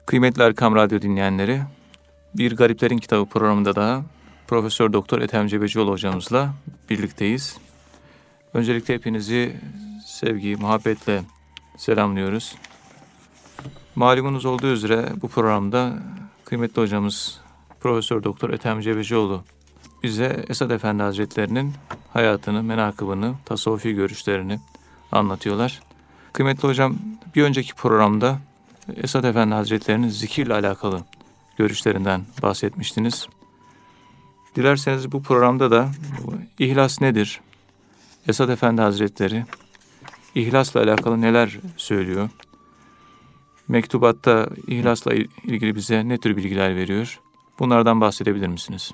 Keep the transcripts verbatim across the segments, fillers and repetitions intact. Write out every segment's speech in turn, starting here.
Kıymetli Erkam Radyo dinleyenleri, Bir Gariplerin Kitabı programında da Profesör Doktor Ethem Cebecioğlu hocamızla birlikteyiz. Öncelikle hepinizi sevgi, muhabbetle selamlıyoruz. Malumunuz olduğu üzere bu programda kıymetli hocamız Profesör Doktor Ethem Cebecioğlu bize Esad Efendi Hazretleri'nin hayatını, menakıbını, tasavvufi görüşlerini anlatıyorlar. Kıymetli hocam, bir önceki programda Esad Efendi Hazretleri'nin zikirle alakalı görüşlerinden bahsetmiştiniz. Dilerseniz bu programda da ihlas nedir? Esad Efendi Hazretleri ihlasla alakalı neler söylüyor? Mektubatta ihlasla ilgili bize ne tür bilgiler veriyor? Bunlardan bahsedebilir misiniz?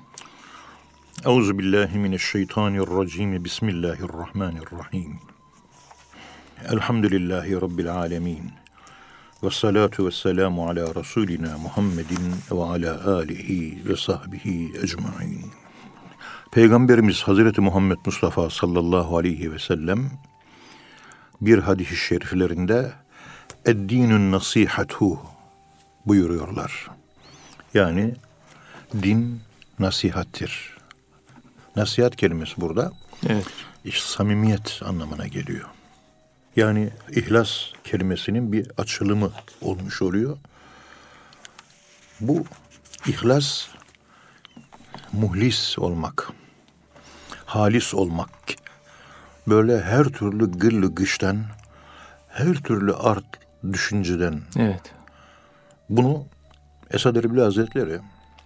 Euzubillahimineşşeytanirracim. Bismillahirrahmanirrahim. Elhamdülillahi Rabbil alemin. Ve salatu ve selamu ala Resulina Muhammedin ve ala alihi ve sahbihi ecmain. Peygamberimiz Hazreti Muhammed Mustafa sallallahu aleyhi ve sellem bir hadis-i şeriflerinde "Eddinün nasihatu" buyuruyorlar. Yani din nasihattir. Nasihat kelimesi burada evet. iş, samimiyet anlamına geliyor. Yani ihlas kelimesinin bir açılımı olmuş oluyor. Bu ihlas, muhlis olmak, halis olmak, böyle her türlü gırlı gıştan, her türlü art düşünceden. Evet. Bunu Esad Erbil Hazretleri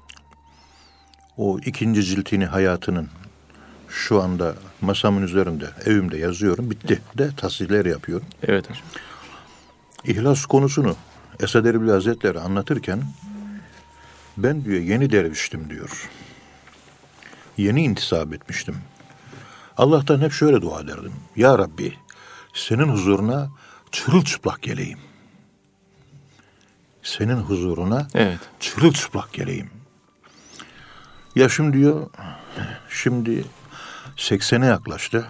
o ikinci ciltini hayatının şu anda masamın üzerinde, evimde yazıyorum. Bitti de tasdikler yapıyorum. Evet hocam. İhlas konusunu Esad Erbil Hazretleri anlatırken ben diyor yeni derviştim diyor. Yeni intisap etmiştim. Allah'tan hep şöyle dua ederdim. Ya Rabbi, senin huzuruna çırılçıplak geleyim. Senin huzuruna evet. çırılçıplak geleyim. Yaşım diyor, şimdi seksene yaklaştı.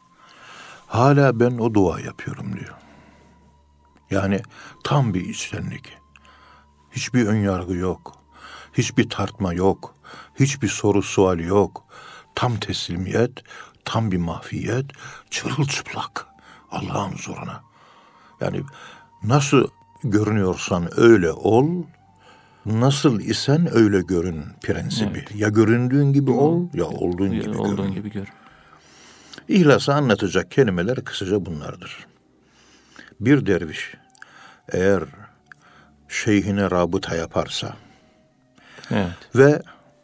Hala ben o dua yapıyorum diyor. Yani tam bir içtenlik. Hiçbir önyargı yok. Hiçbir tartma yok. Hiçbir soru sual yok. Tam teslimiyet, tam bir mahfiyet, çırılçıplak Allah'ın huzuruna. Yani nasıl görünüyorsan öyle ol, nasıl isen öyle görün prensibi. Evet. Ya göründüğün gibi ol, ya olduğun ya gibi olduğun görün. gibi gör. İhlası anlatacak kelimeler kısaca bunlardır. Bir derviş eğer şeyhine rabıta yaparsa evet. ve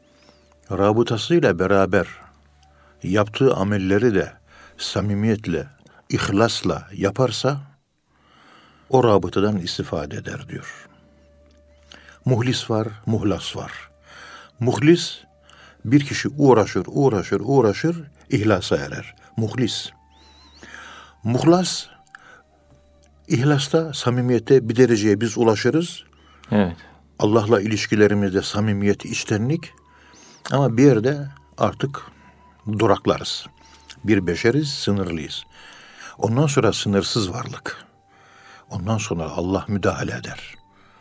rabıtasıyla beraber yaptığı amelleri de samimiyetle, ihlasla yaparsa o rabıtadan istifade eder diyor. Muhlis var, muhlas var. Muhlis bir kişi uğraşır, uğraşır, uğraşır, ihlasa erer. Muhlis. Muhlas, ihlasta, samimiyette bir dereceye biz ulaşırız. Evet. Allah'la ilişkilerimizde samimiyet, içtenlik. Ama bir yerde artık duraklarız. Bir beşeriz, sınırlıyız. Ondan sonra sınırsız varlık. Ondan sonra Allah müdahale eder.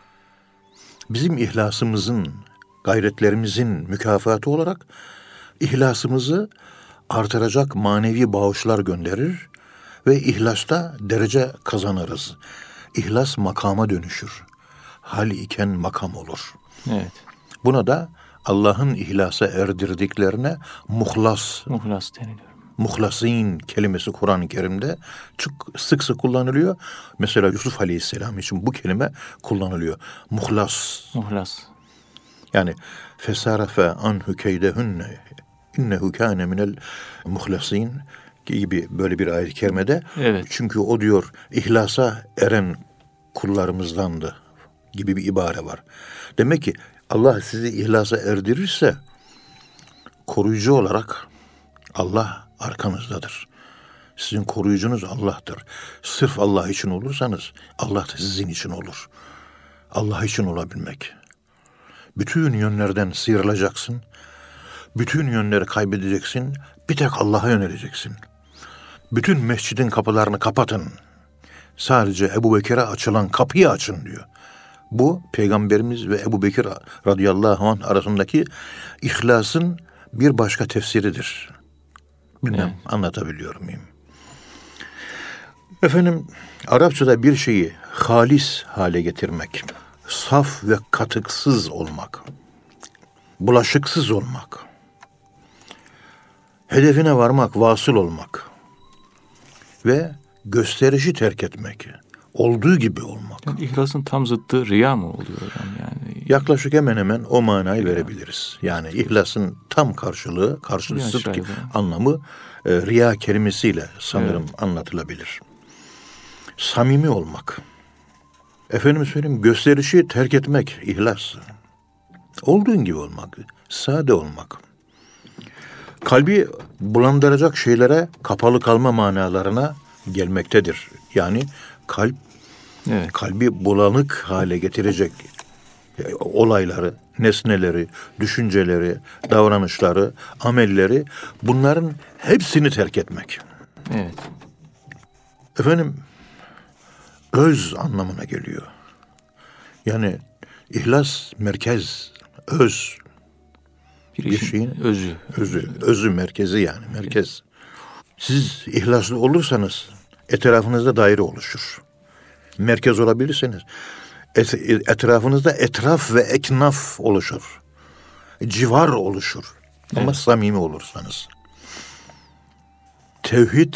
Bizim ihlasımızın, gayretlerimizin mükafatı olarak ihlasımızı artıracak manevi bağışlar gönderir ve ihlasta derece kazanırız. İhlas makama dönüşür. Hal iken makam olur. Evet. Buna da Allah'ın ihlasa erdirdiklerine muhlas, muhlas deniliyor. Muhlasin kelimesi Kur'an-ı Kerim'de çok sık sık kullanılıyor. Mesela Yusuf Aleyhisselam için bu kelime kullanılıyor. Muhlas. Muhlas. Yani fesarafe anhu keydehunne innehu kâne minel muhlasin gibi böyle bir ayet-i kerimede. Evet. Çünkü o diyor ihlasa eren kullarımızdandı gibi bir ibare var. Demek ki Allah sizi ihlasa erdirirse koruyucu olarak Allah arkanızdadır. Sizin koruyucunuz Allah'tır. Sırf Allah için olursanız Allah da sizin için olur. Allah için olabilmek. Bütün yönlerden sıyrılacaksın. Bütün yönleri kaybedeceksin. Bir tek Allah'a yöneleceksin. Bütün mescidin kapılarını kapatın. Sadece Ebu Bekir'e açılan kapıyı açın diyor. Bu Peygamberimiz ve Ebu Bekir radıyallahu anh arasındaki ihlasın bir başka tefsiridir. Bilmem Evet. anlatabiliyor muyum? Efendim, Arapçada bir şeyi halis hale getirmek, saf ve katıksız olmak, bulaşıksız olmak, hedefine varmak, vasıl olmak ve gösterişi terk etmek, olduğu gibi olmak. Yani ihlasın tam zıttı riya mı oluyor hocam yani? Yaklaşık hemen hemen o manayı verebiliriz. Yani ihlasın tam karşılığı, karşılığı Yani sıdk şöyle. anlamı e, riya kelimesiyle sanırım Evet. anlatılabilir. Samimi olmak. Efendim söyleyeyim, gösterişi terk etmek, ihlas. Olduğun gibi olmak, sade olmak. Kalbi bulandıracak şeylere kapalı kalma manalarına gelmektedir. Yani kalp, Evet. kalbi bulanık hale getirecek olayları, nesneleri, düşünceleri, davranışları, amelleri, bunların hepsini terk etmek. Evet. Efendim, öz anlamına geliyor. Yani ihlas, merkez, öz, Bir, bir işin şeyin özü. özü, özü merkezi yani, merkez. Siz ihlaslı olursanız etrafınızda daire oluşur. Merkez olabilirseniz et, etrafınızda etraf ve eknaf oluşur. Civar oluşur. Ama Evet. samimi olursanız. Tevhid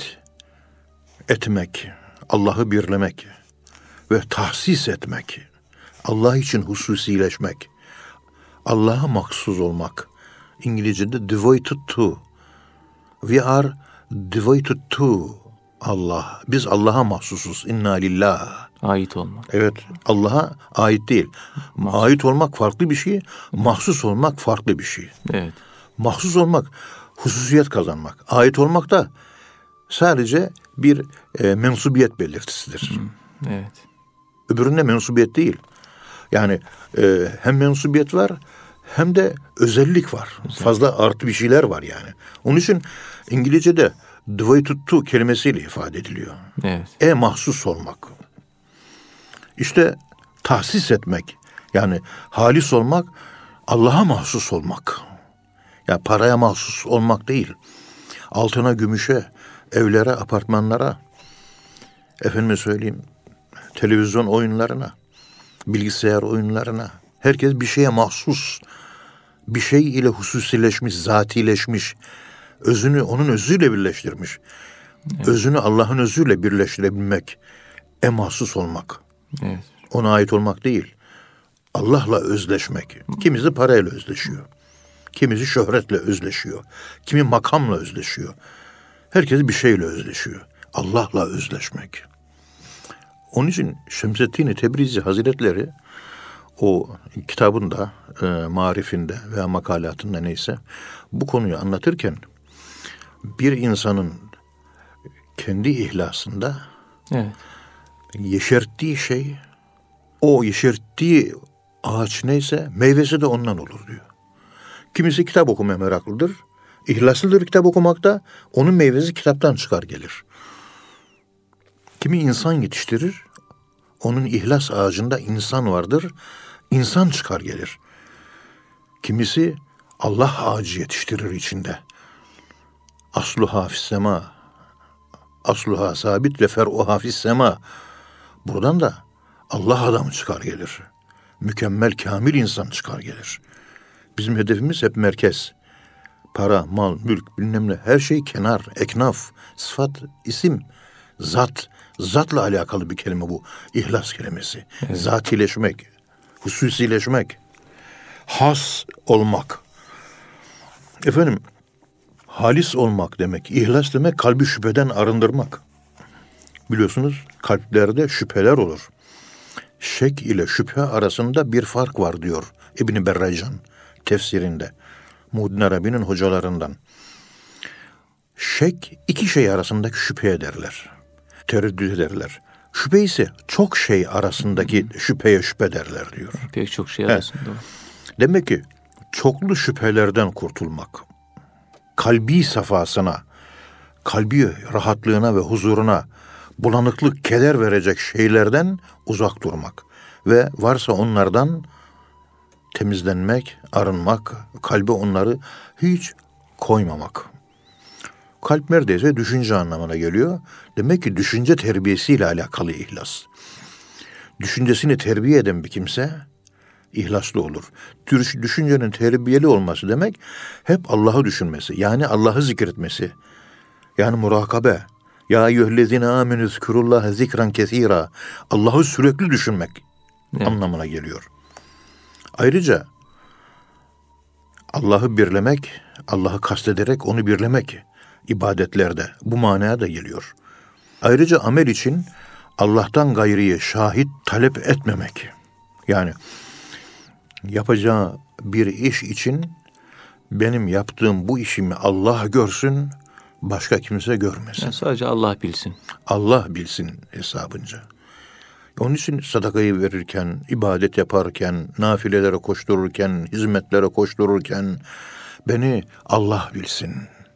etmek, Allah'ı birlemek ve tahsis etmek, Allah için hususileşmek, Allah'a mahsus olmak. İngilizce'de devoted to. We are devoted to Allah. Biz Allah'a mahsusuz. İnna lillah. Ait olmak. Evet, Allah'a ait değil. Mahsus. Ait olmak farklı bir şey, mahsus olmak farklı bir şey. Evet. Mahsus olmak, hususiyet kazanmak. Ait olmak da sadece bir e, mensubiyet belirtisidir. Evet. Öbüründe mensubiyet değil. Yani e, hem mensubiyet var hem de özellik var. Fazla artı bir şeyler var yani. Onun için İngilizce'de devoted to kelimesiyle ifade ediliyor. Evet. E mahsus olmak. İşte tahsis etmek. Yani halis olmak, Allah'a mahsus olmak. Ya paraya mahsus olmak değil. Altına, gümüşe, evlere, apartmanlara, efendime söyleyeyim, televizyon oyunlarına, bilgisayar oyunlarına. Herkes bir şeye mahsus, bir şey ile hususileşmiş, zatileşmiş, özünü onun özüyle birleştirmiş. Evet. Özünü Allah'ın özüyle birleştirebilmek, e mahsus olmak. Evet. Ona ait olmak değil. Allah'la özleşmek. Kimisi parayla özleşiyor. Kimisi şöhretle özleşiyor. Kimi makamla özleşiyor. Herkes bir şeyle özleşiyor. Allah'la özleşmek. Onun için Şemseddin Tebrizi Hazretleri o kitabında, e, marifinde veya makalatında neyse bu konuyu anlatırken bir insanın kendi ihlasında Evet. yeşerttiği şey, o yeşerttiği ağaç neyse meyvesi de ondan olur diyor. Kimisi kitap okumaya meraklıdır. İhlaslıdır kitap okumakta. Onun meyvesi kitaptan çıkar gelir. Kimi insan yetiştirir. Onun ihlas ağacında insan vardır. İnsan çıkar gelir. Kimisi Allah ağacı yetiştirir içinde. Asluha fissema. Asluha sabit ve fer'uha fissema. Buradan da Allah adamı çıkar gelir. Mükemmel, kamil insan çıkar gelir. Bizim hedefimiz hep merkez. Para, mal, mülk, bilmem ne. Her şey kenar, eknaf, sıfat, isim, zat. Zatla alakalı bir kelime bu. İhlas kelimesi. Evet. Zatileşmek, hususileşmek, has olmak. Efendim, halis olmak demek, ihlas demek kalbi şüpheden arındırmak. Biliyorsunuz kalplerde şüpheler olur. Şek ile şüphe arasında bir fark var diyor İbn-i Berracan tefsirinde. Muhyiddin Arabi'nin hocalarından. Şek iki şey arasındaki şüpheye derler. Tereddüt ederler. Şüphe ise çok şey arasındaki şüpheye şüphe derler diyor. Pek çok şey arasında. Evet. Demek ki çoklu şüphelerden kurtulmak, kalbi safasına, kalbi rahatlığına ve huzuruna bulanıklık, keder verecek şeylerden uzak durmak. ve varsa onlardan temizlenmek, arınmak, kalbe onları hiç koymamak. Kalp neredeyse düşünce anlamına geliyor. Demek ki düşünce terbiyesiyle alakalı ihlas. Düşüncesini terbiye eden bir kimse ihlaslı olur. Düşüncenin terbiyeli olması demek hep Allah'ı düşünmesi. Yani Allah'ı zikretmesi. Yani murakabe. Ya eyyühellezine amenü zkurullaha zikran kesira. Allah'ı sürekli düşünmek evet. anlamına geliyor. Ayrıca Allah'ı birlemek, Allah'ı kastederek onu birlemek ibadetlerde bu manaya da geliyor. Ayrıca amel için Allah'tan gayrıyı şahit talep etmemek. Yani yapacağı bir iş için benim yaptığım bu işimi Allah görsün, başka kimse görmesin. Yani sadece Allah bilsin. Allah bilsin hesabınca. Onun için sadakayı verirken, ibadet yaparken, nafilelere koştururken, hizmetlere koştururken beni Allah bilsin.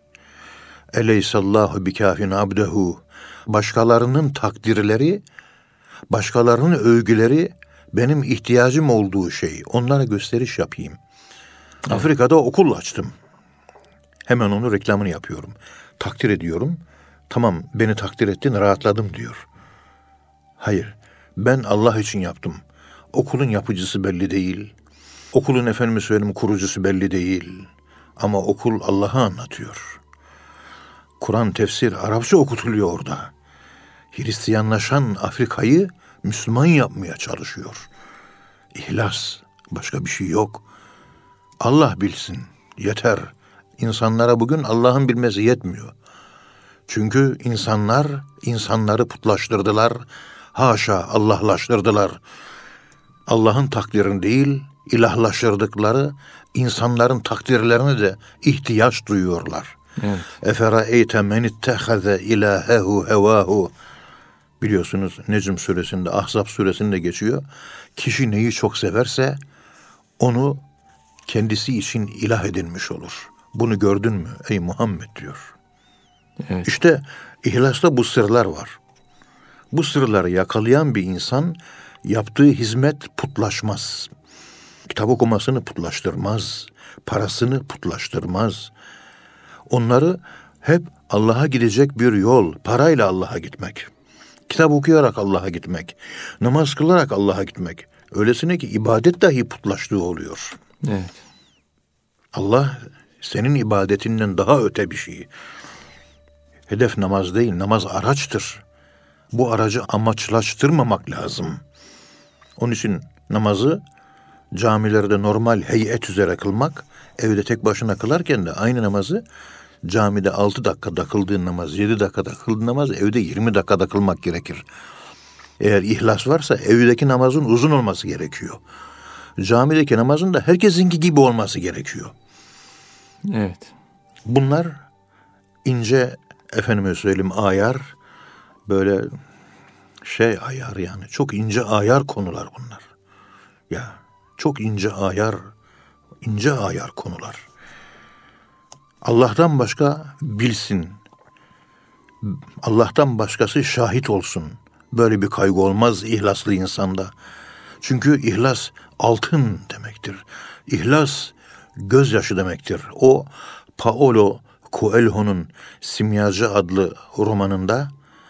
Eleysallahu bikâfin abdehu. Başkalarının takdirleri, başkalarının övgüleri benim ihtiyacım olduğu şey. Onlara gösteriş yapayım. Evet. Afrika'da okul açtım. Hemen onun reklamını yapıyorum. Takdir ediyorum. Tamam, beni takdir ettin, rahatladım diyor. Hayır, ben Allah için yaptım. Okulun yapıcısı belli değil. Okulun efendime söyleyeyim kurucusu belli değil. Ama okul Allah'ı anlatıyor. Kur'an, tefsir, Arapça okutuluyor orada. Hristiyanlaşan Afrika'yı Müslüman yapmaya çalışıyor. İhlas, başka bir şey yok. Allah bilsin, yeter. İnsanlara bugün Allah'ın bilmesi yetmiyor. Çünkü insanlar, insanları putlaştırdılar. Haşa, Allahlaştırdılar. Allah'ın takdirini değil, ilahlaştırdıkları insanların takdirlerine de ihtiyaç duyuyorlar. Evet. Efera'eyte men ittehaze ilahehu hevahu. Biliyorsunuz Necm suresinde, Ahzab suresinde geçiyor. Kişi neyi çok severse onu kendisi için ilah edinmiş olur. Bunu gördün mü ey Muhammed diyor. Evet. İşte ihlasta bu sırlar var. Bu sırları yakalayan bir insan yaptığı hizmet putlaşmaz. Kitap okumasını putlaştırmaz. Parasını putlaştırmaz. Onları hep Allah'a gidecek bir yol, parayla Allah'a gitmek. Kitap okuyarak Allah'a gitmek. Namaz kılarak Allah'a gitmek. Öylesine ki ibadet dahi putlaştığı oluyor. Evet. Allah senin ibadetinden daha öte bir şey. Hedef namaz değil, namaz araçtır. Bu aracı amaçlaştırmamak lazım. Onun için namazı camilerde normal heyet üzere kılmak, evde tek başına kılarken de aynı namazı camide altı dakikada kıldığın namaz, yedi dakikada kıldığın namaz evde yirmi dakikada kılmak gerekir. Eğer ihlas varsa evdeki namazın uzun olması gerekiyor. Camideki namazın da herkesinki gibi olması gerekiyor. Evet. Bunlar ince, efendime söyleyeyim, ayar, böyle şey ayar yani. Çok ince ayar konular bunlar. Ya çok ince ayar, ince ayar konular. Allah'tan başka bilsin. Allah'tan başkası şahit olsun. Böyle bir kaygı olmaz ihlaslı insanda. Çünkü ihlas altın demektir. İhlas gözyaşı demektir. O Paulo Coelho'nun Simyacı adlı romanında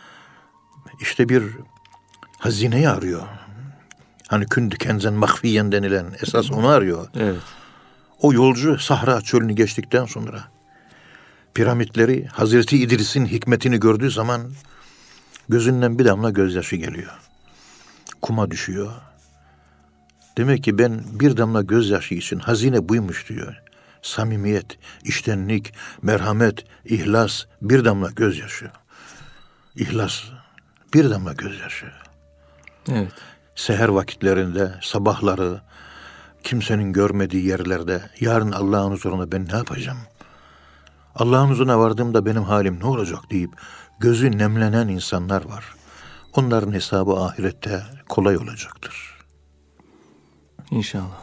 işte bir hazineyi arıyor. Hani kündü kenzen mahfiyen denilen esas onu arıyor. Evet. O yolcu Sahra çölünü geçtikten sonra piramitleri, Hazreti İdris'in hikmetini gördüğü zaman gözünden bir damla gözyaşı geliyor. Kuma düşüyor. Demek ki ben bir damla gözyaşı için hazine buymuş diyor. Samimiyet, içtenlik, merhamet, ihlas, bir damla gözyaşı. İhlas, bir damla gözyaşı. Evet. Seher vakitlerinde, sabahları, kimsenin görmediği yerlerde, yarın Allah'ın huzuruna ben ne yapacağım? Allah'ın huzuruna vardığımda benim halim ne olacak deyip gözü nemlenen insanlar var. Onların hesabı ahirette kolay olacaktır. İnşallah.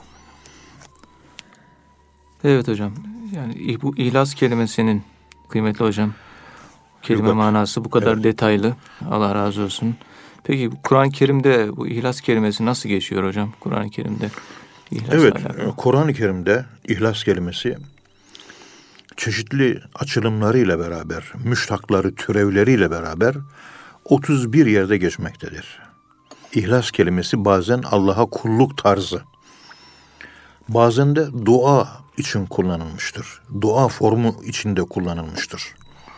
Evet hocam. Yani bu ihlas kelimesinin kıymetli hocam kelime Yok. manası bu kadar Evet. detaylı. Allah razı olsun. Peki Kur'an-ı Kerim'de bu ihlas kelimesi nasıl geçiyor hocam? Kur'an-ı Kerim'de ihlasla Evet, alakalı. Kur'an-ı Kerim'de ihlas kelimesi çeşitli açılımlarıyla beraber, müştakları, türevleriyle beraber otuz bir yerde geçmektedir. İhlas kelimesi bazen Allah'a kulluk tarzı, bazen de dua için kullanılmıştır. Dua formu içinde kullanılmıştır.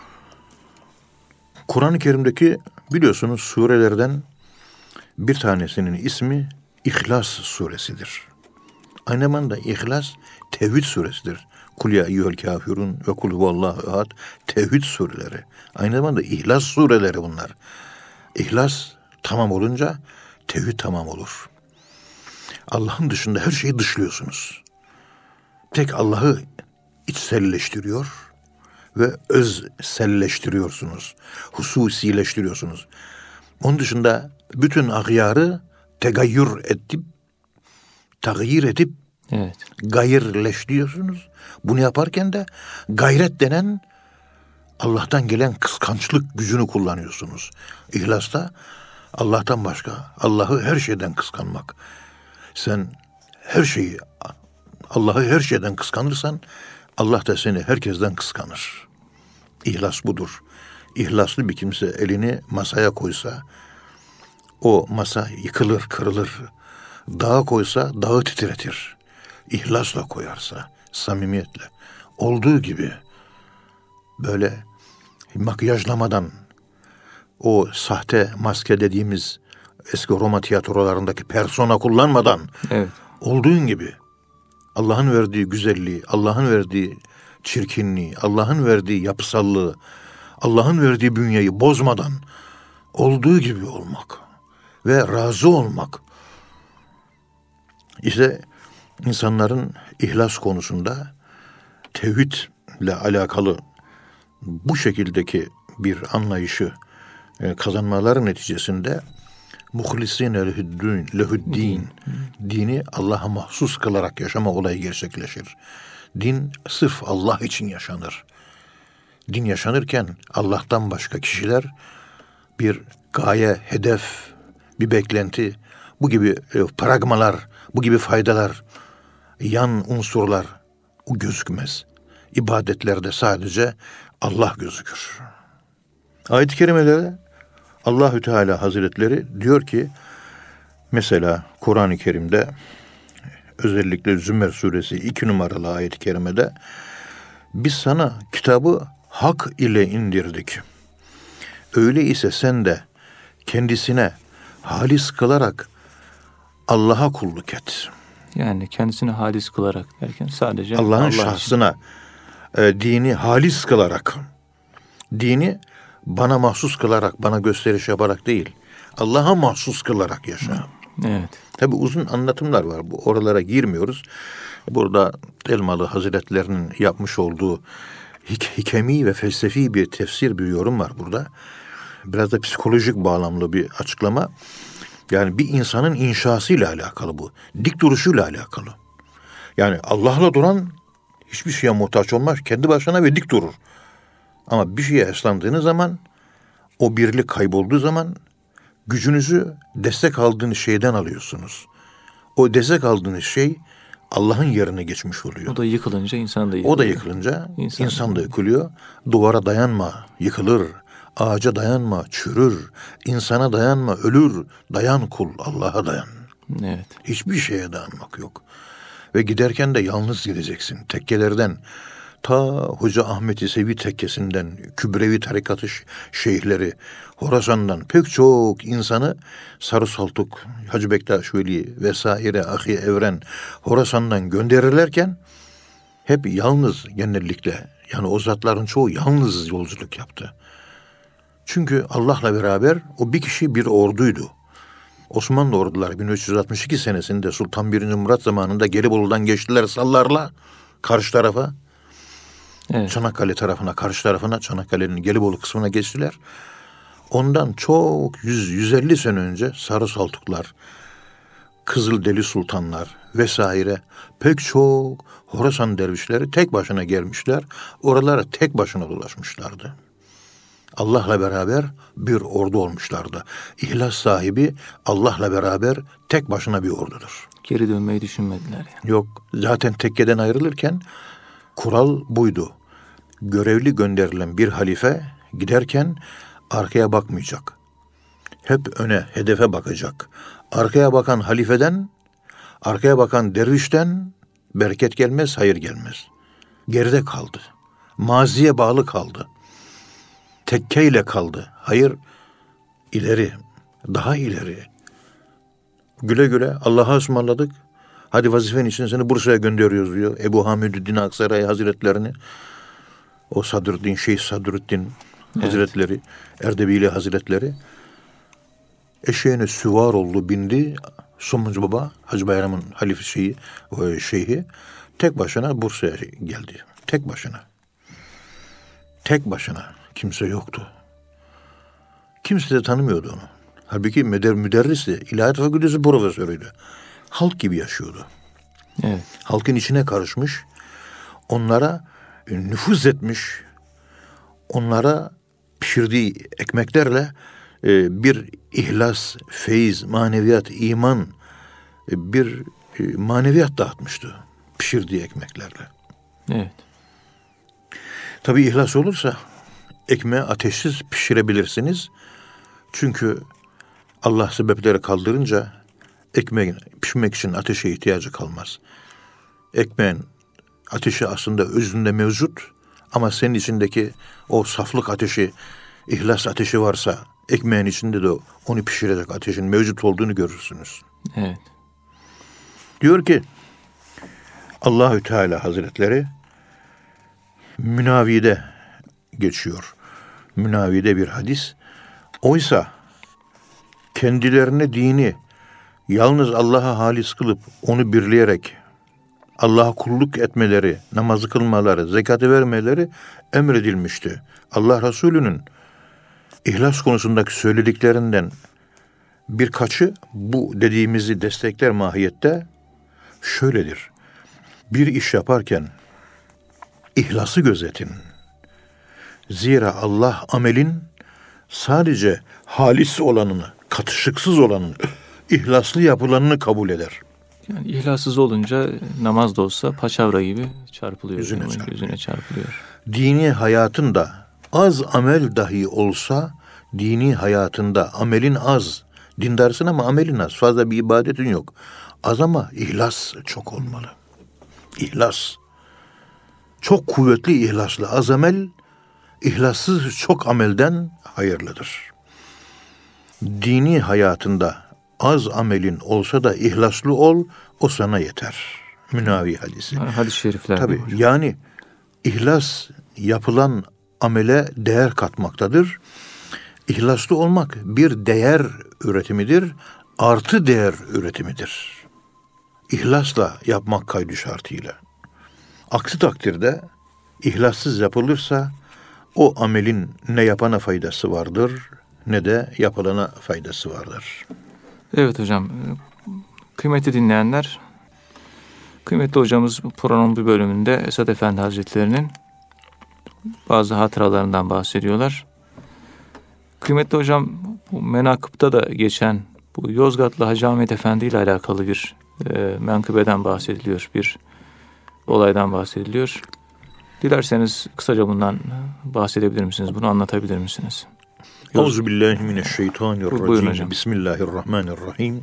Kur'an-ı Kerim'deki biliyorsunuz surelerden bir tanesinin ismi İhlas suresidir. Aynı zamanda İhlas tevhid suresidir. Kul ya eyyuhel kafirun ve kul huvallahu ehad tevhid sureleri. Aynı zamanda İhlas sureleri bunlar. İhlas tamam olunca tevhid tamam olur. Allah'ın dışında her şeyi dışlıyorsunuz. Tek Allah'ı içselleştiriyor ve özselleştiriyorsunuz. Hususileştiriyorsunuz. Onun dışında bütün ahyarı tegayyür edip, tağyir edip, Evet. gayirleştiriyorsunuz. Bunu yaparken de gayret denen Allah'tan gelen kıskançlık gücünü kullanıyorsunuz. İhlasta Allah'tan başka, Allah'ı her şeyden kıskanmak. Sen her şeyi, Allah'ı her şeyden kıskanırsan Allah da seni herkesten kıskanır. İhlas budur. İhlaslı bir kimse elini masaya koysa o masa yıkılır, kırılır. Dağa koysa dağı titretir. İhlasla koyarsa, samimiyetle, olduğu gibi böyle makyajlamadan, o sahte maske dediğimiz eski Roma tiyatrolarındaki persona kullanmadan, Evet. olduğun gibi Allah'ın verdiği güzelliği, Allah'ın verdiği çirkinliği, Allah'ın verdiği yapısallığı, Allah'ın verdiği bünyeyi bozmadan olduğu gibi olmak ve razı olmak. İşte insanların ihlas konusunda tevhidle alakalı bu şekildeki bir anlayışı kazanmaları neticesinde muhlisine lehüddin, lehüddin dini Allah'a mahsus kılarak yaşama olayı gerçekleşir. Din sırf Allah için yaşanır. Din yaşanırken Allah'tan başka kişiler bir gaye, hedef, bir beklenti, bu gibi e, pragmalar, bu gibi faydalar, yan unsurlar o gözükmez. İbadetlerde sadece Allah gözükür. Ayet-i kerimelerde Allahü Teala Hazretleri diyor ki, mesela Kur'an-ı Kerim'de özellikle Zümer suresi iki numaralı ayet-i kerimede biz sana kitabı hak ile indirdik. Öyleyse sen de kendisine halis kılarak Allah'a kulluk et. Yani kendisini halis kılarak derken sadece Allah'ın Allah şahsına e, dini halis kılarak, dini bana mahsus kılarak, bana gösteriş yaparak değil, Allah'a mahsus kılarak yaşa. için. Evet. Tabi uzun anlatımlar var. Bu oralara girmiyoruz. Burada Elmalı Hazretlerinin yapmış olduğu hik- hikemi ve felsefi bir tefsir, bir yorum var burada. Biraz da psikolojik bağlamlı bir açıklama. Yani bir insanın inşasıyla alakalı bu. Dik duruşuyla alakalı. Yani Allah'la duran hiçbir şeye muhtaç olmaz. Kendi başına ve dik durur. Ama bir şeye eslandığınız zaman, o birlik kaybolduğu zaman gücünüzü destek aldığınız şeyden alıyorsunuz. O destek aldığınız şey Allah'ın yerine geçmiş oluyor. O da yıkılınca insan da yıkılıyor. O da yıkılınca İnsan, insan da yıkılıyor. Duvara dayanma, yıkılır. Ağaca dayanma, çürür. İnsana dayanma, ölür. Dayan kul, Allah'a dayan. Evet. Hiçbir şeye dayanmak yok. Ve giderken de yalnız gideceksin. Tekkelerden, ta Hoca Ahmet İsevi tekkesinden, Kübrevi tarikatı şeyhleri, Horasan'dan pek çok insanı Sarı Saltuk, Hacı Bektaş Veli vesaire, Ahi Evren Horasan'dan gönderirlerken hep yalnız genellikle, yani o zatların çoğu yalnız yolculuk yaptı. Çünkü Allah'la beraber o bir kişi bir orduydu. Osmanlı orduları bin üç yüz altmış iki senesinde Sultan birinci. Murat zamanında Gelibolu'dan geçtiler sallarla karşı tarafa. Evet. Çanakkale tarafına, karşı tarafına, Çanakkale'nin Gelibolu kısmına geçtiler. Ondan çok yüz yüz elli sene önce Sarı Saltuklar, Kızıldeli Sultanlar vesaire pek çok Horasan dervişleri tek başına gelmişler. Oralara tek başına dolaşmışlardı. Allah'la beraber bir ordu olmuşlardı. İhlas sahibi Allah'la beraber tek başına bir ordudur. Geri dönmeyi düşünmediler yani. Yok, zaten tekkeden ayrılırken kural buydu. Görevli gönderilen bir halife giderken arkaya bakmayacak. Hep öne, hedefe bakacak. Arkaya bakan halifeden, arkaya bakan dervişten bereket gelmez, hayır gelmez. Geride kaldı. Maziye bağlı kaldı. Tekkeyle kaldı. Hayır, ileri, daha ileri. Güle güle Allah'a ısmarladık. Hadi vazifen için seni Bursa'ya gönderiyoruz diyor. Ebu Hamidüddin Aksaray Hazretlerini. O Sadrüddin, Şeyh Sadrüddin evet. Hazretleri, Erdebili Hazretleri. Eşeğine süvar oldu, bindi. Somuncu Baba, Hacı Bayram'ın halife şeyhi, o şeyhi. Tek başına Bursa'ya geldi. Tek başına. Tek başına. Kimse yoktu. Kimse de tanımıyordu onu. Halbuki müder, müderristi, İlahiyat Fakültesi profesörüydü. Halk gibi yaşıyordu. Evet. Halkın içine karışmış, onlara nüfuz etmiş, onlara pişirdiği ekmeklerle e, bir ihlas, feyiz, maneviyat, iman, e, bir e, maneviyat dağıtmıştı pişirdiği ekmeklerle. Evet. Tabii ihlas olursa ekmeği ateşsiz pişirebilirsiniz. Çünkü Allah sebepleri kaldırınca ekmeğin pişmek için ateşe ihtiyacı kalmaz. Ekmeğin ateşi aslında özünde mevcut ama senin içindeki o saflık ateşi, ihlas ateşi varsa ekmeğin içinde de onu pişirecek ateşin mevcut olduğunu görürsünüz. Evet. Diyor ki Allahü Teala Hazretleri Münavi'de geçiyor. Münavi'de bir hadis. Oysa kendilerine dini yalnız Allah'a halis kılıp onu birleyerek Allah'a kulluk etmeleri, namazı kılmaları, zekatı vermeleri emredilmişti. Allah Resulü'nün ihlas konusundaki söylediklerinden birkaçı bu dediğimizi destekler mahiyette şöyledir. Bir iş yaparken ihlası gözetin. Zira Allah amelin sadece halis olanını, katışıksız olanını, ihlaslı yapılanını kabul eder. Yani ihlassız olunca namaz da olsa paçavra gibi çarpılıyor. Yüzüne, yani, çarpılıyor. yüzüne çarpılıyor. Dini hayatında az amel dahi olsa, dini hayatında amelin az. Dindarsın ama amelin az. Fazla bir ibadetin yok. Az ama ihlas çok olmalı. İhlas. Çok kuvvetli ihlaslı az amel, ihlassız çok amelden hayırlıdır. Dini hayatında az amelin olsa da ihlaslı ol, o sana yeter. Münavi hadisi. Hadis-i şerifler. Tabii yani ihlas yapılan amele değer katmaktadır. İhlaslı olmak bir değer üretimidir, artı değer üretimidir. İhlasla yapmak kaydı şartıyla. Aksi takdirde ihlassız yapılırsa o amelin ne yapana faydası vardır ne de yapılana faydası vardır. Evet hocam. Kıymetli dinleyenler, kıymetli hocamız bu programın bir bölümünde Esad Efendi Hazretleri'nin bazı hatıralarından bahsediyorlar. Kıymetli hocam, bu menakıpta da geçen bu Yozgatlı Hacı Ahmet Efendi ile alakalı bir e, menkıbeden bahsediliyor, bir olaydan bahsediliyor. Dilerseniz kısaca bundan bahsedebilir misiniz? Bunu anlatabilir misiniz? Euzubillahimineşşeytanirracim. Bismillahirrahmanirrahim.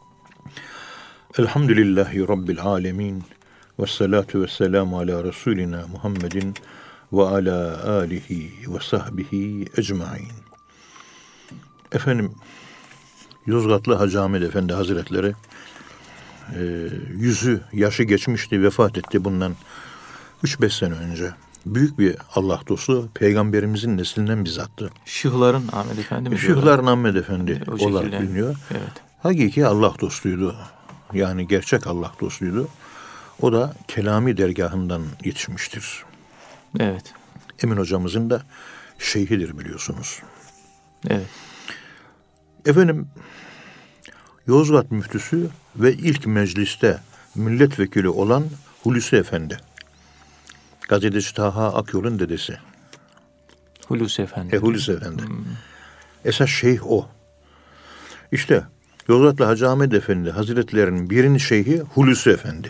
Elhamdülillahi Rabbil alemin. Vessalatu vesselamu ala Resulina Muhammedin ve ala alihi ve sahbihi ecmain. Efendim, Yozgatlı Hacı Ahmet Efendi Hazretleri e, yüzü, yaşı geçmişti, vefat etti bundan üç beş sene önce. Büyük bir Allah dostu, Peygamberimizin neslinden bizattı. Şıhların Ahmet Efendi mi? Şıhların Ahmet Efendi o olarak şekilde biliniyor. Evet. Hakiki Allah dostuydu. Yani gerçek Allah dostuydu. O da Kelami dergahından yetişmiştir. Evet. Emin hocamızın da şeyhidir biliyorsunuz. Evet. Efendim, Yozgat müftüsü ve ilk mecliste milletvekili olan Hulusi Efendi. Gazeteci Taha Akyol'un dedesi. Hulusi Efendi. E, Hulusi Efendi. Hmm. Esas şeyh o. İşte Yozgatlı Hacı Ahmet Efendi Hazretlerinin birinin şeyhi Hulusi Efendi.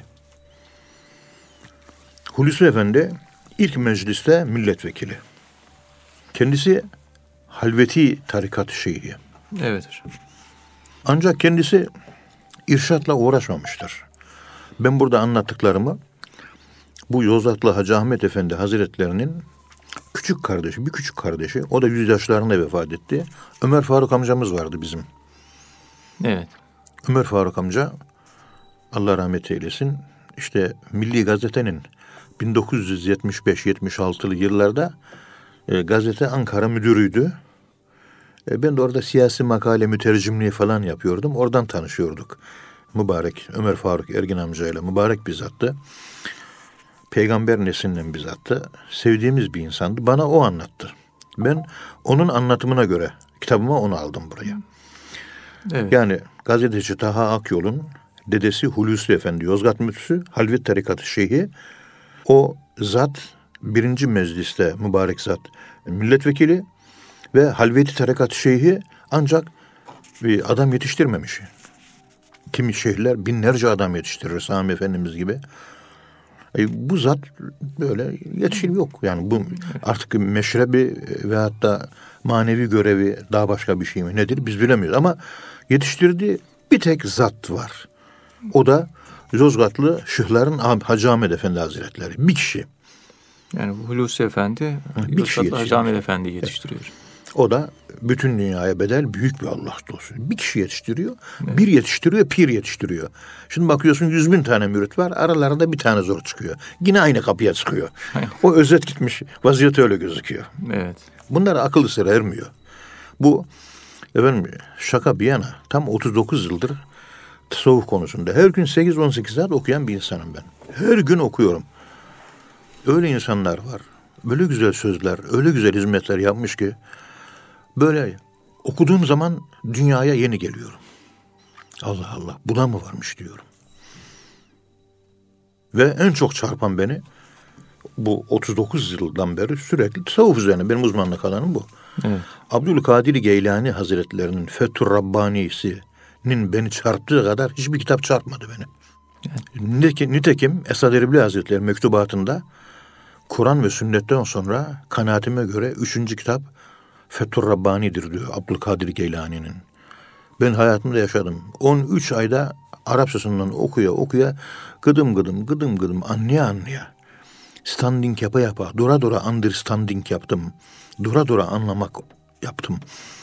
Hulusi Efendi ilk mecliste milletvekili. Kendisi Halveti tarikat şeyhi. Evet hocam. Ancak kendisi irşatla uğraşmamıştır. Ben burada anlattıklarımı bu Yozgatlı Hacı Ahmet Efendi Hazretlerinin küçük kardeşi, bir küçük kardeşi, o da yüz yaşlarında vefat etti. Ömer Faruk amcamız vardı bizim. Evet. Ömer Faruk amca, Allah rahmet eylesin, işte Milli Gazete'nin bin dokuz yüz yetmiş beş yetmiş altılı yıllarda e, gazete Ankara müdürüydü. E, ben de orada siyasi makale mütercimliği falan yapıyordum. Oradan tanışıyorduk. Mübarek Ömer Faruk Ergin amcayla, mübarek bir zattı. Peygamber neslinden bir zattı. Sevdiğimiz bir insandı. Bana o anlattı. Ben onun anlatımına göre kitabıma onu aldım buraya. Evet. Yani gazeteci Taha Akyol'un dedesi Hulusi Efendi, Yozgat Müftüsü, Halvet Tarikatı Şeyhi. O zat birinci mecliste mübarek zat milletvekili ve Halveti Tarikatı Şeyhi, ancak bir adam yetiştirmemiş. Kimi şeyhler binlerce adam yetiştirir, Sami Efendimiz gibi. E, bu zat böyle yetişim yok. Yani bu artık meşrebi ve hatta manevi görevi daha başka bir şey mi nedir biz bilemiyoruz. Ama yetiştirdiği bir tek zat var. O da Yozgatlı Şıhlar'ın Hacı Ahmet Efendi Hazretleri. Bir kişi. Yani Hulusi Efendi bir kişi Yozgatlı Hacı Ahmet Efendi yetiştiriyor. Evet. O da bütün dünyaya bedel büyük bir Allah dostu. Bir kişi yetiştiriyor, evet. bir yetiştiriyor, pir yetiştiriyor. Şimdi bakıyorsun yüz bin tane mürit var, aralarında bir tane zor çıkıyor. Yine aynı kapıya çıkıyor. O özet gitmiş, vaziyeti öyle gözüküyor. Evet. Bunlara akıllı sıra ermiyor. Bu efendim şaka bir yana tam otuz dokuz yıldır tasavvuf konusunda her gün sekiz on sekiz saat okuyan bir insanım ben. Her gün okuyorum. Öyle insanlar var. Böyle güzel sözler, öyle güzel hizmetler yapmış ki böyle okuduğum zaman dünyaya yeni geliyorum. Allah Allah, bu da mı varmış diyorum. Ve en çok çarpan beni bu otuz dokuz yıldan beri sürekli tasavvuf üzerine, benim uzmanlık alanım bu. Evet. Abdülkadir Geylani Hazretlerinin Fethur Rabbani'sinin beni çarptığı kadar hiçbir kitap çarpmadı beni. Evet. Nitekim Esad Erbil Hazretleri mektubatında Kur'an ve sünnetten sonra kanaatime göre üçüncü kitap Fethur Rabbani'dir diyor Abdülkadir Geylani'nin. Ben hayatımda yaşadım. on üç ayda Arapçasından okuya okuya gıdım gıdım gıdım gıdım anlaya anlaya standing yapa yapa dura dura understanding yaptım. Dura dura anlamak yaptım.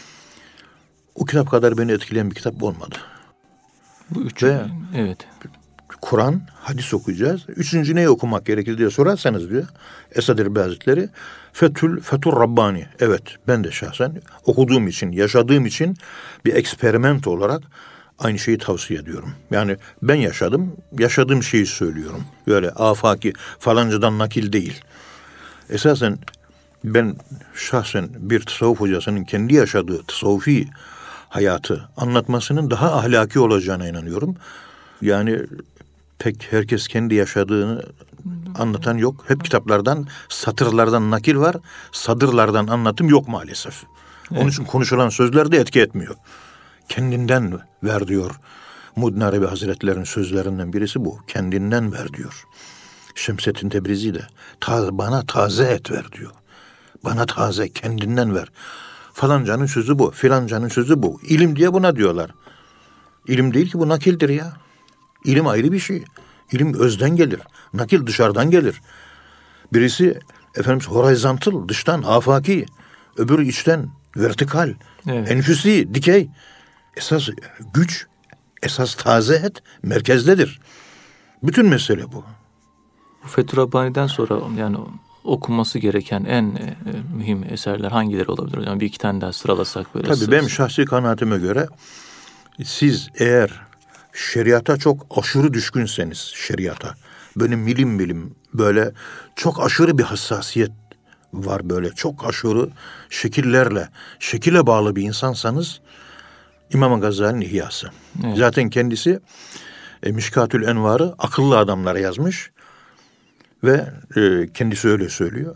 O kitap kadar beni etkileyen bir kitap olmadı. Bu üçü, ve evet. Kur'an, hadis okuyacağız. Üçüncü neyi okumak gerekir diye sorarsanız diyor Esad Erbil Hazretleri Fethül Fethur Rabbani. Evet, ben de şahsen okuduğum için, yaşadığım için bir eksperiment olarak aynı şeyi tavsiye ediyorum. Yani ben yaşadım, yaşadığım şeyi söylüyorum. Böyle afaki falancadan nakil değil. Esasen ben şahsen bir tasavvuf hocasının kendi yaşadığı tasavvufi hayatı anlatmasının daha ahlaki olacağına inanıyorum. Yani pek herkes kendi yaşadığını anlatan yok. Hep kitaplardan, satırlardan nakil var. Sadırlardan anlatım yok maalesef. Evet. Onun için konuşulan sözler de etki etmiyor. Kendinden ver diyor. Muhyiddin Arabi Hazretleri'nin sözlerinden birisi bu. Kendinden ver diyor. Şemsettin Tebrizi de ta, bana taze et ver diyor. Bana taze, kendinden ver. Falancanın sözü bu, filancanın sözü bu. İlim diye buna diyorlar. İlim değil ki, bu nakildir ya. İlim ayrı bir şey. İlim özden gelir. Nakil dışarıdan gelir. Birisi efendim horizontal, dıştan, afaki. Öbürü içten, vertikal. Evet. Enfüsi, dikey. Esas güç, esas taze et merkezdedir. Bütün mesele bu. Bu Fethur Rabbani'den sonra yani okunması gereken en e, mühim eserler hangileri olabilir hocam? Bir iki tane daha sıralasak böyle. Tabii benim şahsi kanaatime göre siz eğer şeriata çok aşırı düşkünseniz, şeriata böyle milim milim böyle çok aşırı bir hassasiyet var, böyle çok aşırı şekillerle, şekile bağlı bir insansanız İmam Gazali'nin İhyası. Evet. Zaten kendisi e, Mişkatül Envar'ı akıllı adamlara yazmış ve e, kendisi öyle söylüyor.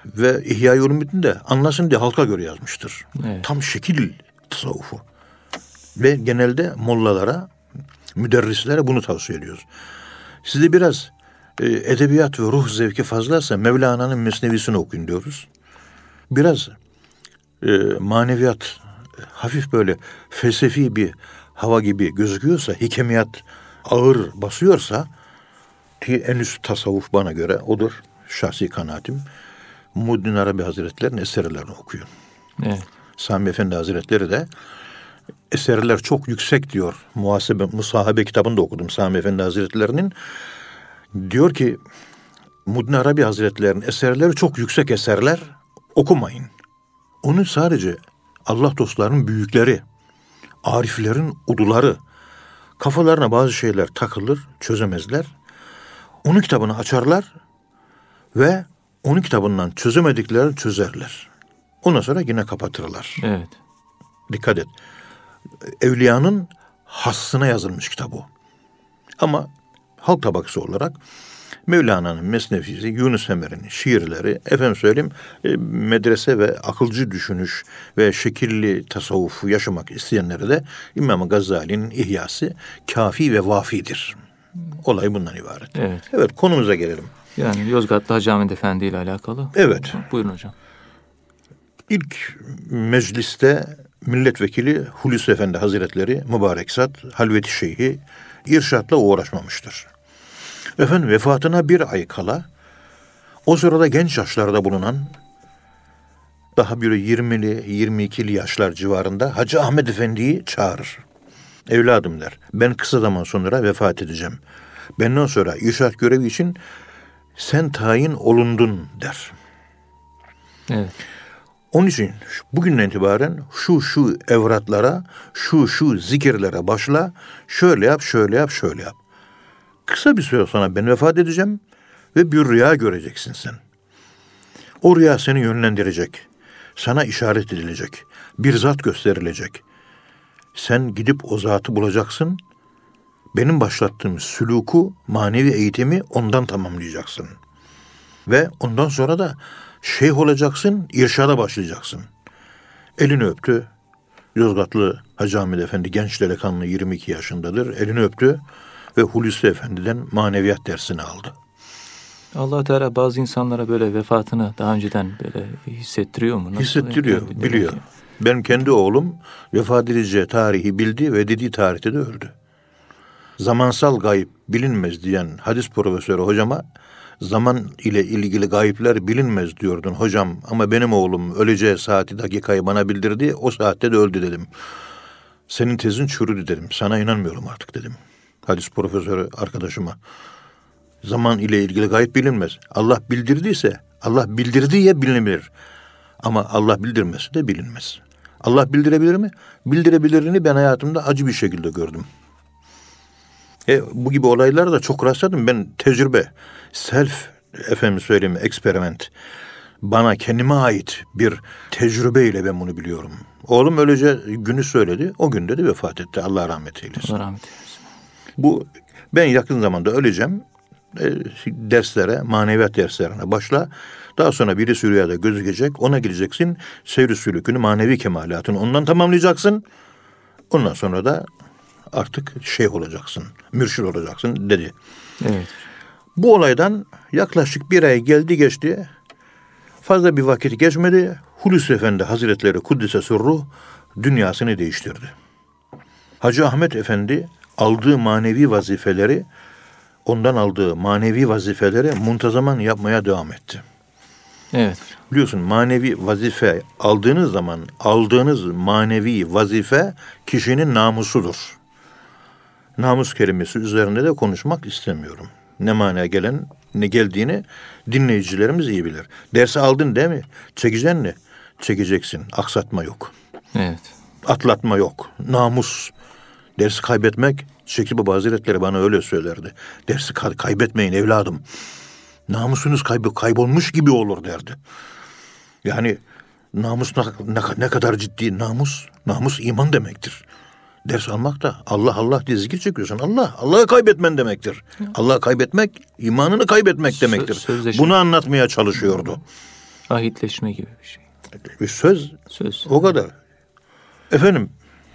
Ve İhya-i Ulumuddin de anlasın diye halka göre yazmıştır. Evet. Tam şekil tasavvufu. Ve genelde mollalara, müderrislere bunu tavsiye ediyoruz. Size biraz e, edebiyat ve ruh zevki fazlaysa Mevlana'nın Mesnevisini okuyun diyoruz. Biraz e, maneviyat, hafif böyle felsefi bir hava gibi gözüküyorsa, hikemiyat ağır basıyorsa, ki en üst tasavvuf bana göre odur, şahsi kanaatim. Muhyiddin Arabi Hazretleri'nin eserlerini okuyun. Evet. Sami Efendi Hazretleri de eserler çok yüksek diyor. Muhasebe, Musahabe kitabını da okudum Sami Efendi Hazretleri'nin. Diyor ki Muhyiddin Arabi Hazretleri'nin eserleri çok yüksek eserler, okumayın. Onu sadece Allah dostlarının büyükleri, ariflerin uduları, kafalarına bazı şeyler takılır, çözemezler. Onun kitabını açarlar ve onun kitabından çözemediklerini çözerler. Ondan sonra yine kapatırlar. Evet. Dikkat et. Evliyanın hassına yazılmış kitap o. Ama halk tabakası olarak Mevlana'nın Mesnevisi, Yunus Emre'nin şiirleri, efendim söyleyeyim, medrese ve akılcı düşünüş ve şekilli tasavvufu yaşamak isteyenlere de İmam Gazali'nin İhyası kafi ve vafidir. Olay bundan ibaret. Evet. Evet, konumuza gelelim. Yani Yozgatlı Hacı Ahmet Efendi ile alakalı. Evet. Buyurun hocam. İlk mecliste milletvekili Hulusi Efendi Hazretleri Mübarek Zat Halveti Şeyhi irşatla uğraşmamıştır. Efendim vefatına bir ay kala o sırada genç yaşlarda bulunan daha böyle yirmili yirmi ikili yaşlar civarında Hacı Ahmet Efendi'yi çağırır. Evladım der, ben kısa zaman sonra vefat edeceğim. Benden sonra irşat görevi için sen tayin olundun der. Evet. Onun için bugünden itibaren şu şu evratlara, şu şu zikirlere başla, şöyle yap, şöyle yap, şöyle yap. Kısa bir süre sonra ben vefat edeceğim ve bir rüya göreceksin sen. O rüya seni yönlendirecek, sana işaret edilecek, bir zat gösterilecek. Sen gidip o zatı bulacaksın, benim başlattığım sülûku, manevi eğitimi ondan tamamlayacaksın. Ve ondan sonra da şeyh olacaksın, irşada başlayacaksın. Elini öptü. Yozgatlı Hacı Ahmet Efendi genç delikanlı yirmi iki yaşındadır. Elini öptü ve Hulusi Efendi'den maneviyat dersini aldı. Allah Teala bazı insanlara böyle vefatını daha önceden böyle hissettiriyor mu? Nasıl? Hissettiriyor, Demek biliyor. ki. Benim kendi oğlum vefat edeceği tarihi bildi ve dediği tarihte de öldü. Zamansal gayb bilinmez diyen hadis profesörü hocama, zaman ile ilgili gayipler bilinmez diyordun hocam, ama benim oğlum öleceği saati dakikayı bana bildirdi, o saatte de öldü dedim. Senin tezin çürüdü dedim, sana inanmıyorum artık dedim. Hadis profesörü arkadaşıma. Zaman ile ilgili gayip bilinmez. Allah bildirdiyse, Allah bildirdiği bilinir. Ama Allah bildirmesi de bilinmez. Allah bildirebilir mi? Bildirebilirini ben hayatımda acı bir şekilde gördüm. E, bu gibi olaylara da çok rastladım. Ben tecrübe, self, efendim söyleyeyim, eksperiment. Bana kendime ait bir tecrübeyle ben bunu biliyorum. Oğlum ölece günü söyledi. O günde de vefat etti. Allah rahmet eylesin. Allah rahmet eylesin. Bu, ben yakın zamanda öleceğim. E, derslere, maneviyat derslerine başla. Daha sonra birisi rüyada gözükecek. Ona gideceksin. Seyr-i sülükünü, manevi kemalatını ondan tamamlayacaksın. Ondan sonra da artık şeyh olacaksın, mürşid olacaksın dedi. Evet. Bu olaydan yaklaşık bir ay geldi geçti. Fazla bir vakit geçmedi. Hulusi Efendi Hazretleri Kuddise Sürruh dünyasını değiştirdi. Hacı Ahmet Efendi aldığı manevi vazifeleri, ondan aldığı manevi vazifeleri muntazaman yapmaya devam etti. Evet. Biliyorsun, manevi vazife aldığınız zaman aldığınız manevi vazife kişinin namusudur. Namus kelimesi üzerinde de konuşmak istemiyorum. Ne manaya gelen, ne geldiğini dinleyicilerimiz iyi bilir. Dersi aldın değil mi? Çekeceksin mi? Çekeceksin. Aksatma yok. Evet. Atlatma yok. Namus. Dersi kaybetmek, Şekil Baba Hazretleri bana öyle söylerdi. Dersi kay- kaybetmeyin evladım. Namusunuz kayb- kaybolmuş gibi olur derdi. Yani namus ne, ne, ne kadar ciddi namus? Namus iman demektir. Ders almak da Allah Allah diye zikir çekiyorsun. Allah, Allah'ı kaybetmen demektir. Allah'ı kaybetmek, imanını kaybetmek demektir. Sözleşme. Bunu anlatmaya çalışıyordu. Ahitleşme gibi bir şey. Bir söz, Söz. o kadar. Efendim,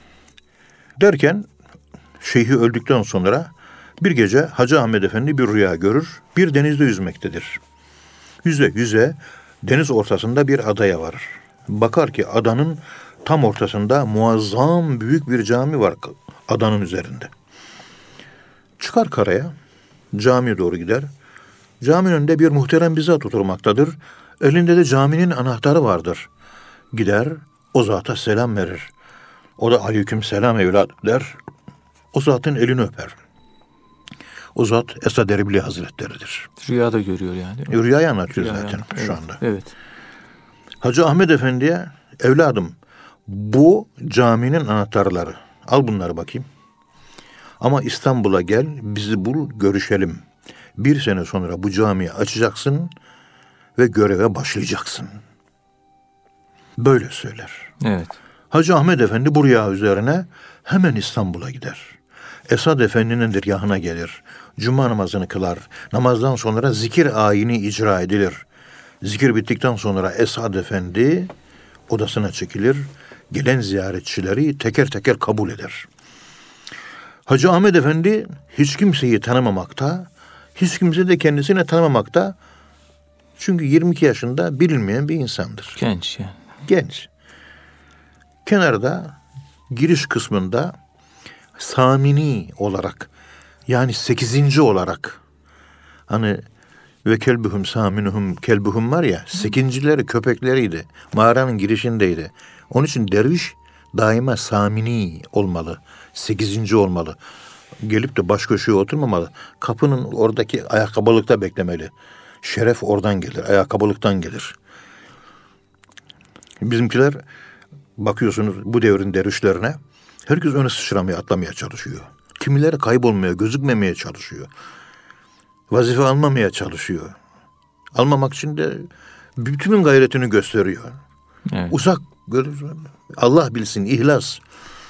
derken şeyhi öldükten sonra bir gece Hacı Ahmet Efendi bir rüya görür. Bir denizde yüzmektedir. Yüze yüze deniz ortasında bir adaya varır. Bakar ki adanın tam ortasında muazzam büyük bir cami var adanın üzerinde. Çıkar karaya, camiye doğru gider. Caminin önünde bir muhterem bir zat oturmaktadır. Elinde de caminin anahtarı vardır. Gider, o zata selam verir. O da aleyküm selam evlat der. O zatın elini öper. O zat Esad Erbil Hazretleri'dir. Rüyada görüyor yani. Rüyayı anlatıyor Rüyayı zaten anlatıyor. şu Evet, anda. Evet. Hacı Ahmet Efendi'ye, evladım bu caminin anahtarları. Al bunları bakayım. Ama İstanbul'a gel, bizi bul, görüşelim. Bir sene sonra bu camiyi açacaksın ve göreve başlayacaksın. Böyle söyler. Evet. Hacı Ahmet Efendi bu rüya üzerine hemen İstanbul'a gider. Esad Efendi'nin dergahına gelir. Cuma namazını kılar. Namazdan sonra zikir ayini icra edilir. Zikir bittikten sonra Esad Efendi odasına çekilir. Gelen ziyaretçileri teker teker kabul eder. Hacı Ahmet Efendi hiç kimseyi tanımamakta, hiç kimse de kendisini tanımamakta. Çünkü yirmi iki yaşında bilinmeyen bir insandır. Genç yani. Genç. Kenarda giriş kısmında Samini olarak, yani sekizinci olarak, hani ve kelbuhum saminuhum kelbuhum var ya, sekincileri köpekleriydi. Mağaranın girişindeydi. Onun için derviş daima samini olmalı. Sekizinci olmalı. Gelip de baş köşeye oturmamalı. Kapının oradaki ayakkabılıkta beklemeli. Şeref oradan gelir. Ayakkabılıktan gelir. Bizimkiler bakıyorsunuz bu devrin dervişlerine, herkes öne sıçramaya, atlamaya çalışıyor. Kimileri kaybolmaya, gözükmemeye çalışıyor. Vazife almamaya çalışıyor. Almamak için de bütün gayretini gösteriyor. Evet. Uzak, Allah bilsin, ihlas.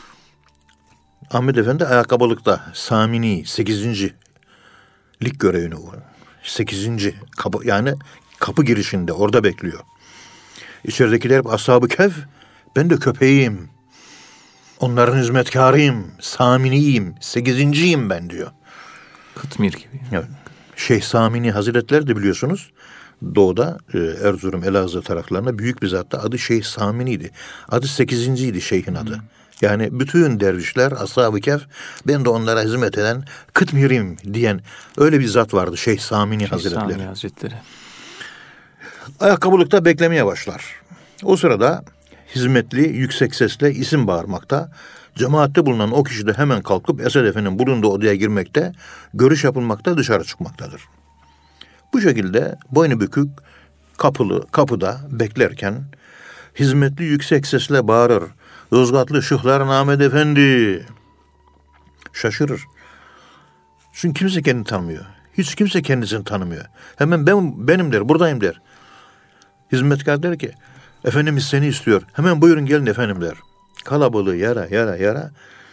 Ahmet Efendi ayakkabılıkta, Samini, sekizinci lik görevini var. Sekizinci kapı, yani kapı girişinde orada bekliyor. İçeridekiler Ashab-ı Kehf, ben de köpeğim. Onların hizmetkarıyım, Saminiyim, sekizinciyim ben diyor. Kıtmir gibi. Evet. Şeyh Samini Hazretleri de biliyorsunuz doğuda e, Erzurum, Elazığ taraflarında büyük bir zatta adı Şeyh Samini'ydi. Adı sekizinciydi şeyhin adı. Hmm. Yani bütün dervişler, Ashab-ı Kehf, ben de onlara hizmet eden Kıtmir'im diyen öyle bir zat vardı Şeyh Samini Şeyh Hazretleri. Samini Hazretleri. Ayakkabılıkta beklemeye başlar. O sırada hizmetli yüksek sesle isim bağırmakta. Cemaatte bulunan o kişi de hemen kalkıp Esad Efendi'nin bulunduğu odaya girmekte, görüş yapılmakta, dışarı çıkmaktadır. Bu şekilde boynu bükük kapılı kapıda beklerken hizmetli yüksek sesle bağırır. Yozgatlı Şıhlar Ahmet Efendi. Şaşırır. Çünkü kimse kendini tanımıyor. Hiç kimse kendisini tanımıyor. Hemen ben benim der, buradayım der. Hizmetkar der ki, Efendimiz seni istiyor. Hemen buyurun gelin efendim der. Kalabalığı yara yara yara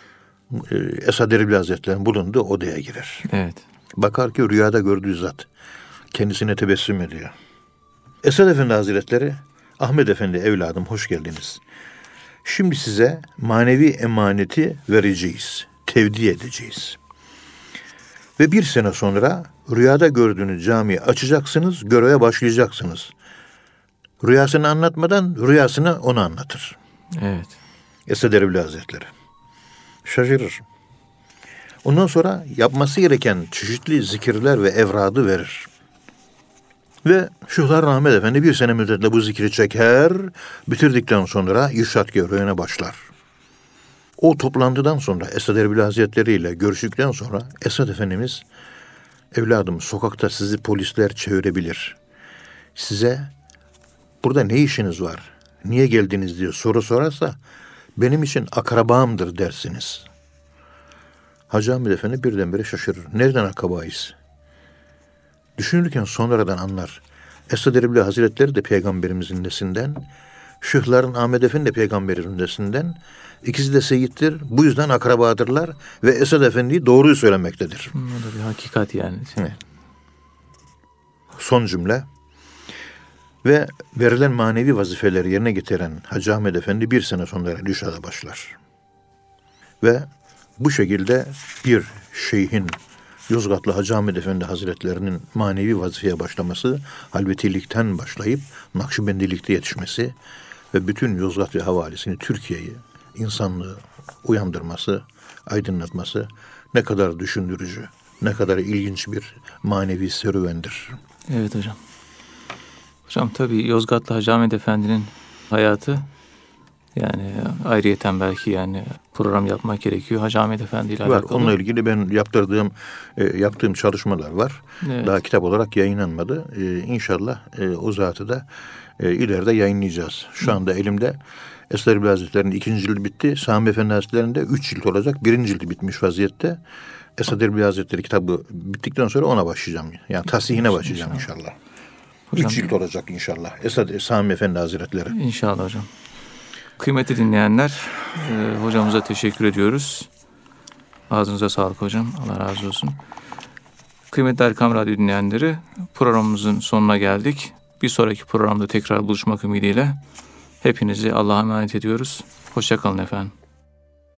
Esad Erbil Hazretleri'nin bulunduğu odaya girer. Evet. Bakar ki rüyada gördüğü zat kendisine tebessüm ediyor. Esad Efendi Hazretleri, Ahmet Efendi evladım hoş geldiniz. Şimdi size manevi emaneti vereceğiz. Tevdi edeceğiz. Ve bir sene sonra rüyada gördüğünüz camiyi açacaksınız, göreve başlayacaksınız. Rüyasını anlatmadan rüyasını ona anlatır. Evet. Esad Erbil Hazretleri. Şaşırır. Ondan sonra yapması gereken çeşitli zikirler ve evradı verir. Ve Şıhlar Ahmet Efendi bir sene müddetle bu zikri çeker, bitirdikten sonra irşad görevine başlar. O toplantıdan sonra Esad Erbil Hazretleri ile görüştükten sonra Esad Efendimiz, evladım sokakta sizi polisler çevirebilir. Size burada ne işiniz var, niye geldiniz diye soru sorarsa benim için akrabamdır dersiniz. Hacı Ahmet Efendi birdenbire şaşırır. Nereden akrabayız? Düşünürken sonradan anlar. Esad Erbil Hazretleri de Peygamberimizin nesinden, Şıhların Ahmet Efendi de Peygamberimizin nesinden, ikisi de seyittir, bu yüzden akrabadırlar ve Esad Efendi doğruyu söylemektedir. Bu da bir hakikat yani. Evet. Son cümle. Ve verilen manevi vazifeleri yerine getiren Hacı Ahmet Efendi bir sene sonra Rüşad'a başlar. Ve bu şekilde bir şeyhin, Yozgatlı Hacı Ahmet Efendi Hazretlerinin manevi vazifeye başlaması, halvetilikten başlayıp Nakşibendilikte yetişmesi ve bütün Yozgat ve havalisini, Türkiye'yi, insanlığı uyandırması, aydınlatması ne kadar düşündürücü, ne kadar ilginç bir manevi serüvendir. Evet hocam. Hocam tabii Yozgatlı Hacı Ahmet Efendi'nin hayatı, yani ayrıyeten belki yani program yapmak gerekiyor Hacı Ahmet Efendi ile var. alakalı. Onunla ilgili ben yaptırdığım, e, yaptığım çalışmalar var. Evet. Daha kitap olarak yayınlanmadı. E, İnşallah e, o zatı da e, ileride yayınlayacağız. Şu anda elimde Esad-ı Hazretleri'nin ikinci cildi bitti. Sami Efendi Hazretleri'nin de üç cilt olacak. Birinci cildi bitmiş vaziyette. Esad-ı Hazretleri kitabı bittikten sonra ona başlayacağım. Yani tasihine başlayacağım inşallah. Hocam, Üç cilt olacak inşallah. Esad Sami Efendi Hazretleri. İnşallah hocam. Kıymetli dinleyenler, e, hocamıza teşekkür ediyoruz. Ağzınıza sağlık hocam. Allah razı olsun. Kıymetli Erkam Radyo dinleyenleri, programımızın sonuna geldik. Bir sonraki programda tekrar buluşmak ümidiyle hepinizi Allah'a emanet ediyoruz. Hoşça kalın efendim.